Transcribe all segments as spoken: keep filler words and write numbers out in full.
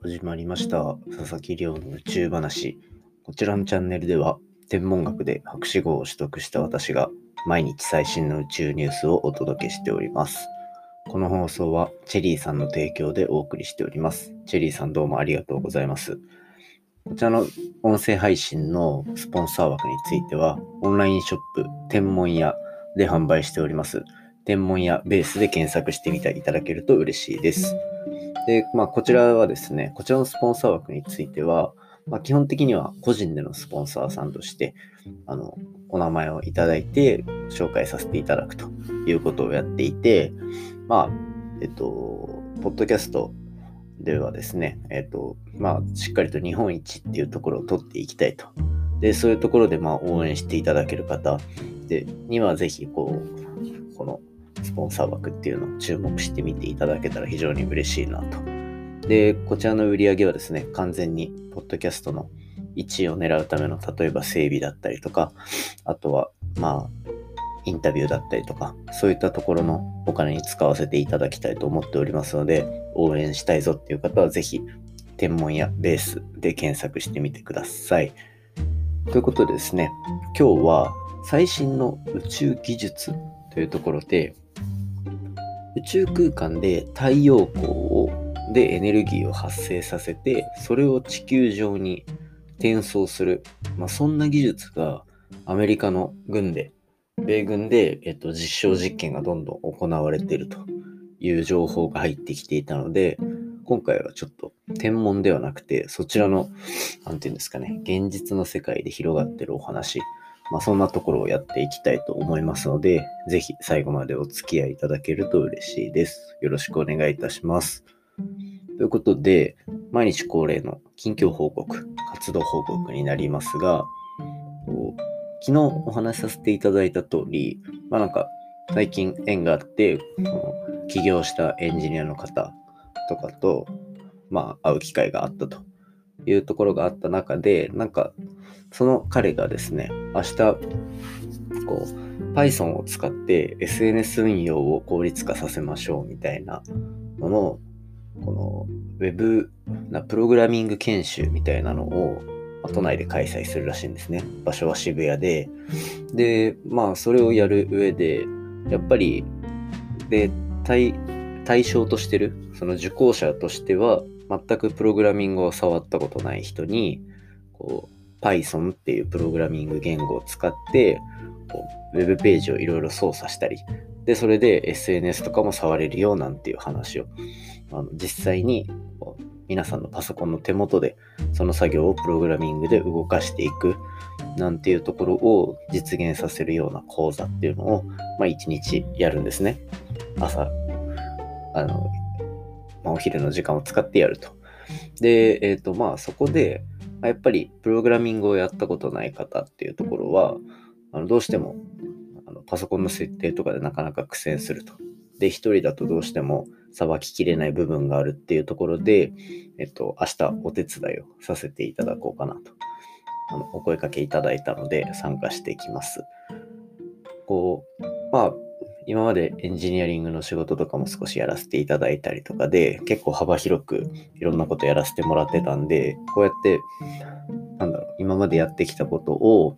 始まりました佐々木亮の宇宙話。こちらのチャンネルでは天文学で博士号を取得した私が毎日最新の宇宙ニュースをお届けしております。この放送はチェリーさんの提供でお送りしております。チェリーさんどうもありがとうございます。こちらの音声配信のスポンサー枠についてはオンラインショップ天文屋で販売しております天文屋ベースで検索してみていただけると嬉しいです。で、まあ、こちらはですね、こちらのスポンサー枠については、まあ、基本的には個人でのスポンサーさんとして、あの、お名前をいただいて紹介させていただくということをやっていて、まあ、えっと、ポッドキャストではですね、えっと、まあ、しっかりと日本一っていうところを取っていきたいと。で、そういうところで、まあ、応援していただける方でには、ぜひ、こう、この、スポンサー枠っていうのを注目してみていただけたら非常に嬉しいなと。で、こちらの売り上げはですね、完全にポッドキャストのいちいを狙うための、例えば整備だったりとか、あとは、まあ、インタビューだったりとか、そういったところのお金に使わせていただきたいと思っておりますので、応援したいぞっていう方はぜひ、天文やベースで検索してみてください。ということでですね、今日は最新の宇宙技術というところで、宇宙空間で太陽光をでエネルギーを発生させて、それを地球上に転送する、まあ、そんな技術がアメリカの軍で、米軍で、えっと、実証実験がどんどん行われているという情報が入ってきていたので、今回はちょっと天文ではなくて、そちらの、なんていうんですかね、現実の世界で広がっているお話、まあ、そんなところをやっていきたいと思いますので、ぜひ最後までお付き合いいただけると嬉しいです。よろしくお願いいたします。ということで、毎日恒例の近況報告、活動報告になりますが、昨日お話しさせていただいた通り、まあなんか最近縁があって、起業したエンジニアの方とかと、まあ会う機会があったというところがあった中で、なんかその彼がですね、明日こう Python を使って エスエヌエス 運用を効率化させましょうみたいなののこのウェブなプログラミング研修みたいなのを都内で開催するらしいんですね。場所は渋谷で、でまあそれをやる上でやっぱりで 対, 対象としてるその受講者としては全くプログラミングを触ったことない人にこう Python っていうプログラミング言語を使ってこうウェブページをいろいろ操作したりでそれで エスエヌエス とかも触れるよなんていう話をあの実際にこう皆さんのパソコンの手元でその作業をプログラミングで動かしていくなんていうところを実現させるような講座っていうのをまあ一日やるんですね。朝あの、まあ、お昼の時間を使ってやると。で、えっとまあそこでやっぱりプログラミングをやったことない方っていうところはあのどうしてもあのパソコンの設定とかでなかなか苦戦すると。で、一人だとどうしてもさばききれない部分があるっていうところで、えっと、明日お手伝いをさせていただこうかなと。あのお声かけいただいたので参加していきます。こう、まあ、今までエンジニアリングの仕事とかも少しやらせていただいたりとかで、結構幅広くいろんなことやらせてもらってたんで、こうやって、なんだろう、今までやってきたことを、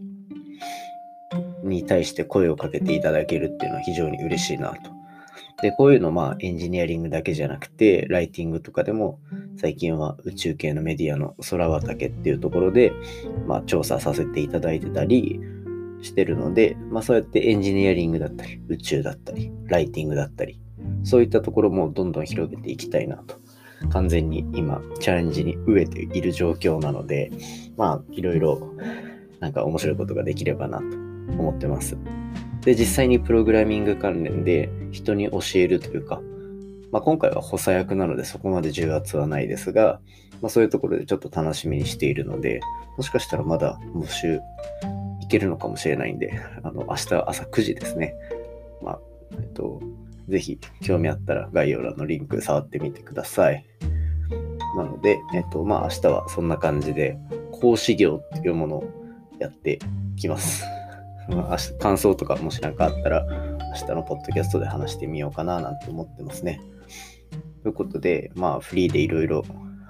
に対して声をかけていただけるっていうのは非常に嬉しいなと。で、こういうのまあエンジニアリングだけじゃなくて、ライティングとかでも最近は宇宙系のメディアの空畑っていうところで、まあ調査させていただいてたりしてるので、まあそうやってエンジニアリングだったり、宇宙だったり、ライティングだったり、そういったところもどんどん広げていきたいなと。完全に今チャレンジに飢えている状況なので、まあいろいろなんか面白いことができればなと思ってます。で、実際にプログラミング関連で人に教えるというか、まあ、今回は補佐役なのでそこまで重圧はないですが、まあ、そういうところでちょっと楽しみにしているので、もしかしたらまだ募集いけるのかもしれないんで、あの明日朝くじですね。まあ、えっと、ぜひ興味あったら概要欄のリンク触ってみてください。なので、えっと、まあ明日はそんな感じで講師業っていうものをやってきます。まあ、明日感想とかもし何かあったら明日のポッドキャストで話してみようかななんて思ってますね。ということで、まあフリーでいろいろ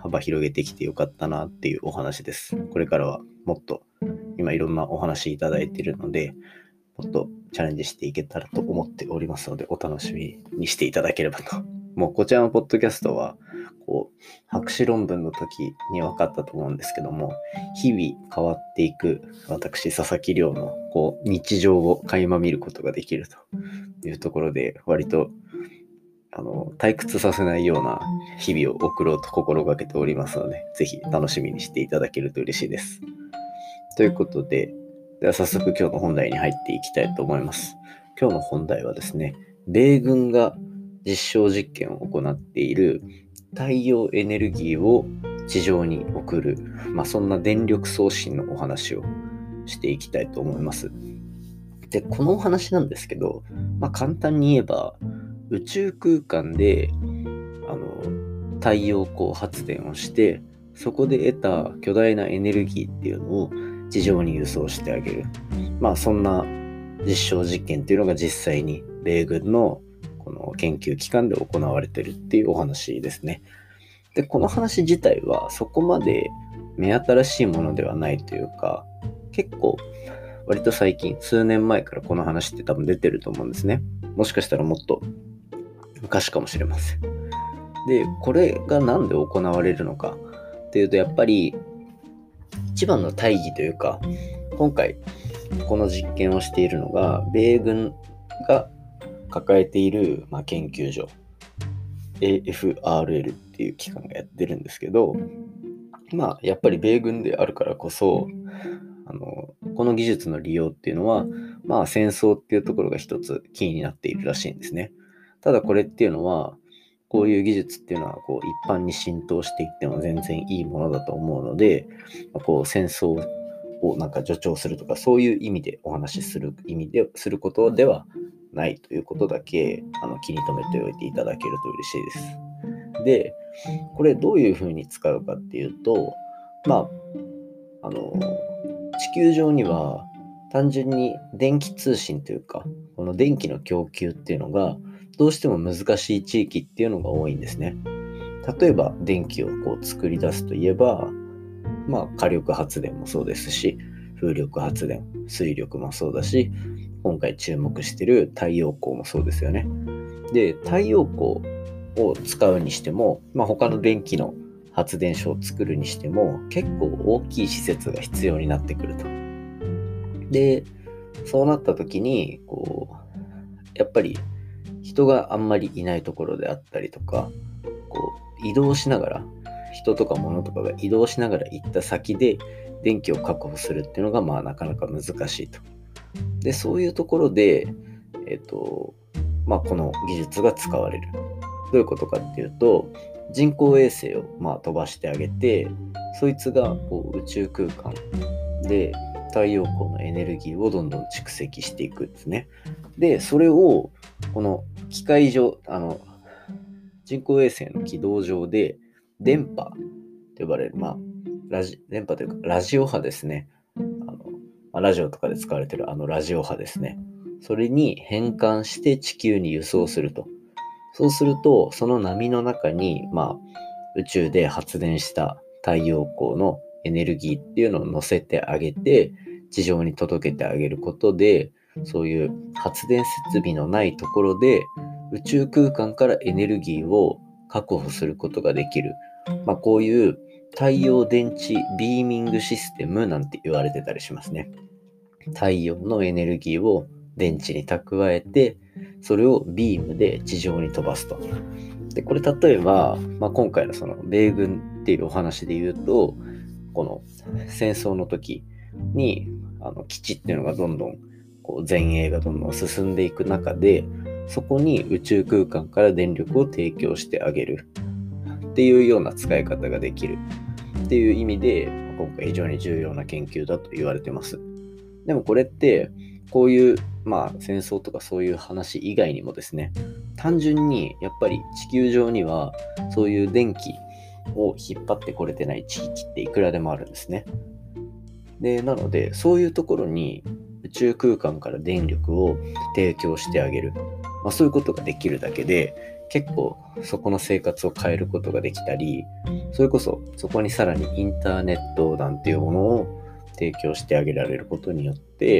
幅広げてきてよかったなっていうお話です。これからはもっと今いろんなお話いただいているので、もっとチャレンジしていけたらと思っておりますので、お楽しみにしていただければと。もうこちらのポッドキャストは、こう、博士論文の時に分かったと思うんですけども、日々変わっていく私、佐々木亮のこう日常を垣間見ることができるというところで、割とあの退屈させないような日々を送ろうと心がけておりますので、ぜひ楽しみにしていただけると嬉しいです。ということで、では早速今日の本題に入っていきたいと思います。今日の本題はですね、米軍が実証実験を行っている太陽エネルギーを地上に送る、まあ、そんな電力送信のお話をしていきたいと思います。で、このお話なんですけど、まあ、簡単に言えば宇宙空間であの太陽光発電をして、そこで得た巨大なエネルギーっていうのを地上に輸送してあげる。まあそんな実証実験っていうのが実際に米軍のこの研究機関で行われてるっていうお話ですね。で、この話自体はそこまで目新しいものではないというか、結構割と最近数年前からこの話って多分出てると思うんですね。もしかしたらもっと昔かもしれません。で、これがなんで行われるのかっていうと、やっぱり一番の大義というか、今回この実験をしているのが米軍が抱えている、まあ、研究所 エーエフアールエル っていう機関がやってるんですけど、まあやっぱり米軍であるからこそ、あのこの技術の利用っていうのは、まあ戦争っていうところが一つキーになっているらしいんですね。ただこれっていうのは、こういう技術っていうのはこう一般に浸透していっても全然いいものだと思うので、こう戦争をなんか助長するとか、そういう意味でお話しする意味ですることではないということだけあの気に留めておいていただけると嬉しいです。で、これどういうふうに使うかっていうと、まああの地球上には単純に電気通信というか、この電気の供給っていうのがどうしても難しい地域っていうのが多いんですね。例えば電気をこう作り出すといえば、まあ火力発電もそうですし、風力発電、水力もそうだし、今回注目している太陽光もそうですよね。で、太陽光を使うにしても、まあ、他の電気の発電所を作るにしても結構大きい施設が必要になってくると。で、そうなった時にこうやっぱり人があんまりいないところであったりとか、こう移動しながら、人とか物とかが移動しながら行った先で電気を確保するっていうのがまあなかなか難しいと。で、そういうところで、えっと、まあこの技術が使われる。どういうことかっていうと、人工衛星をまあ飛ばしてあげて、そいつがこう宇宙空間で太陽光のエネルギーをどんどん蓄積していくんですね。で、それをこの機械上、あの人工衛星の軌道上で電波と呼ばれる、まあラジ電波というかラジオ波ですね。あのまあ、ラジオとかで使われているあのラジオ波ですね。それに変換して地球に輸送すると。そうすると、その波の中に、まあ、宇宙で発電した太陽光のエネルギーっていうのを乗せてあげて、地上に届けてあげることで、そういう発電設備のないところで、宇宙空間からエネルギーを確保することができる。まあ、こういう太陽電池ビーミングシステムなんて言われてたりしますね。太陽のエネルギーを電池に蓄えて、それをビームで地上に飛ばすと。で、これ例えば、まあ、今回のその米軍っていうお話で言うと、この戦争の時にあの基地っていうのがどんどんこう前衛がどんどん進んでいく中で、そこに宇宙空間から電力を提供してあげるっていうような使い方ができるっていう意味で、今回非常に重要な研究だと言われてます。でもこれってこういうまあ戦争とかそういう話以外にもですね、単純にやっぱり地球上にはそういう電気を引っ張ってこれてない地域っていくらでもあるんですね。で、なのでそういうところに宇宙空間から電力を提供してあげる。 まあ、そういうことができるだけで結構そこの生活を変えることができたり、それこそそこにさらにインターネットなんていうものを提供してあげられることによって、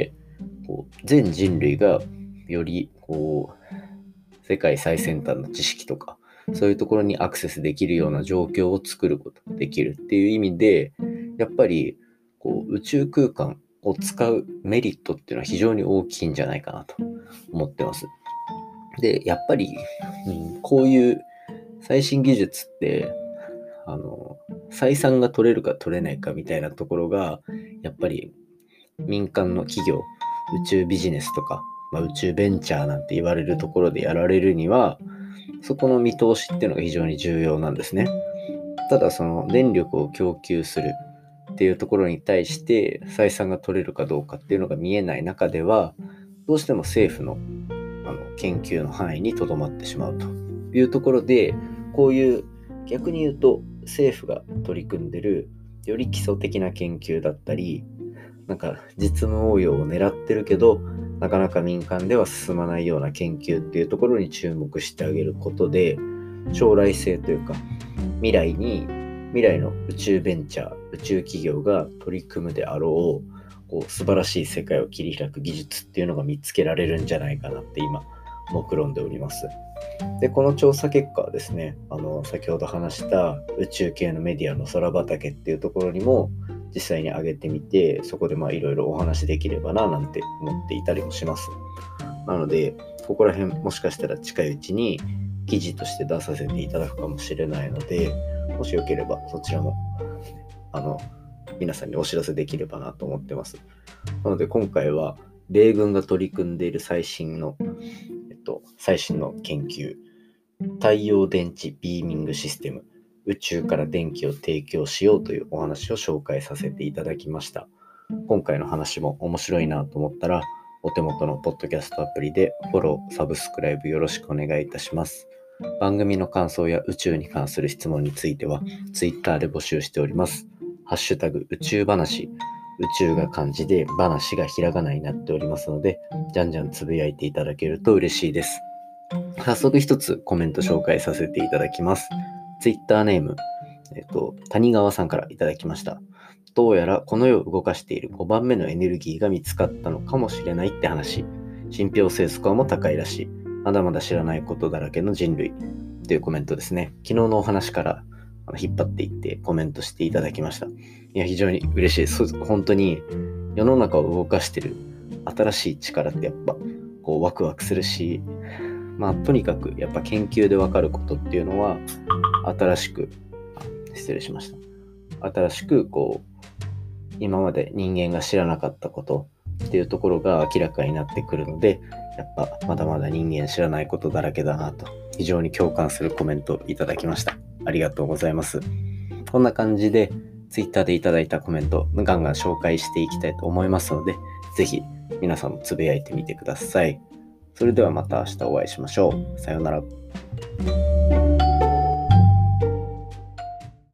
こう全人類がよりこう世界最先端の知識とかそういうところにアクセスできるような状況を作ることができるっていう意味で、やっぱりこう宇宙空間を使うメリットっていうのは非常に大きいんじゃないかなと思ってます。で、やっぱり、うん、こういう最新技術ってあの採算が取れるか取れないかみたいなところがやっぱり民間の企業、宇宙ビジネスとか、まあ、宇宙ベンチャーなんて言われるところでやられるにはそこの見通しっていうのが非常に重要なんですね。ただその電力を供給するっていうところに対して採算が取れるかどうかっていうのが見えない中では、どうしても政府の、あの研究の範囲にとどまってしまうというところで、こういう逆に言うと政府が取り組んでるより基礎的な研究だったり、なんか実務応用を狙ってるけどなかなか民間では進まないような研究っていうところに注目してあげることで、将来性というか未来に未来の宇宙ベンチャー、宇宙企業が取り組むであろう、こう素晴らしい世界を切り開く技術っていうのが見つけられるんじゃないかなって今目論んでおります。で、この調査結果はですね、あの先ほど話した宇宙系のメディアの空畑っていうところにも実際に上げてみて、そこでまあいろいろお話できればななんて思っていたりもします。なのでここら辺もしかしたら近いうちに記事として出させていただくかもしれないので、もしよければそちらもあの皆さんにお知らせできればなと思ってます。なので今回は米軍が取り組んでいる最新の、えっと、最新の研究、太陽電池ビーミングシステム、宇宙から電気を提供しようというお話を紹介させていただきました。今回の話も面白いなと思ったら、お手元のポッドキャストアプリでフォロー、サブスクライブよろしくお願いいたします。番組の感想や宇宙に関する質問については、ツイッターで募集しております。ハッシュタグ宇宙話、宇宙が漢字で話がひらがなになっておりますので、じゃんじゃんつぶやいていただけると嬉しいです。早速一つコメント紹介させていただきます。ツイッターネーム、えっと、谷川さんからいただきました。どうやらこの世を動かしているごばんめのエネルギーが見つかったのかもしれないって話。信憑性スコアも高いらしい。まだまだ知らないことだらけの人類。というコメントですね。昨日のお話から引っ張っていってコメントしていただきました。いや、非常に嬉しいです。そう、本当に世の中を動かしている新しい力ってやっぱこうワクワクするし、まあとにかくやっぱ研究でわかることっていうのは新しく、失礼しました。新しくこう今まで人間が知らなかったことっていうところが明らかになってくるので、やっぱまだまだ人間知らないことだらけだなと非常に共感するコメントいただきました。ありがとうございます。こんな感じでツイッターでいただいたコメントガンガン紹介していきたいと思いますので、ぜひ皆さんもつぶやいてみてください。それではまた明日お会いしましょう。さようなら。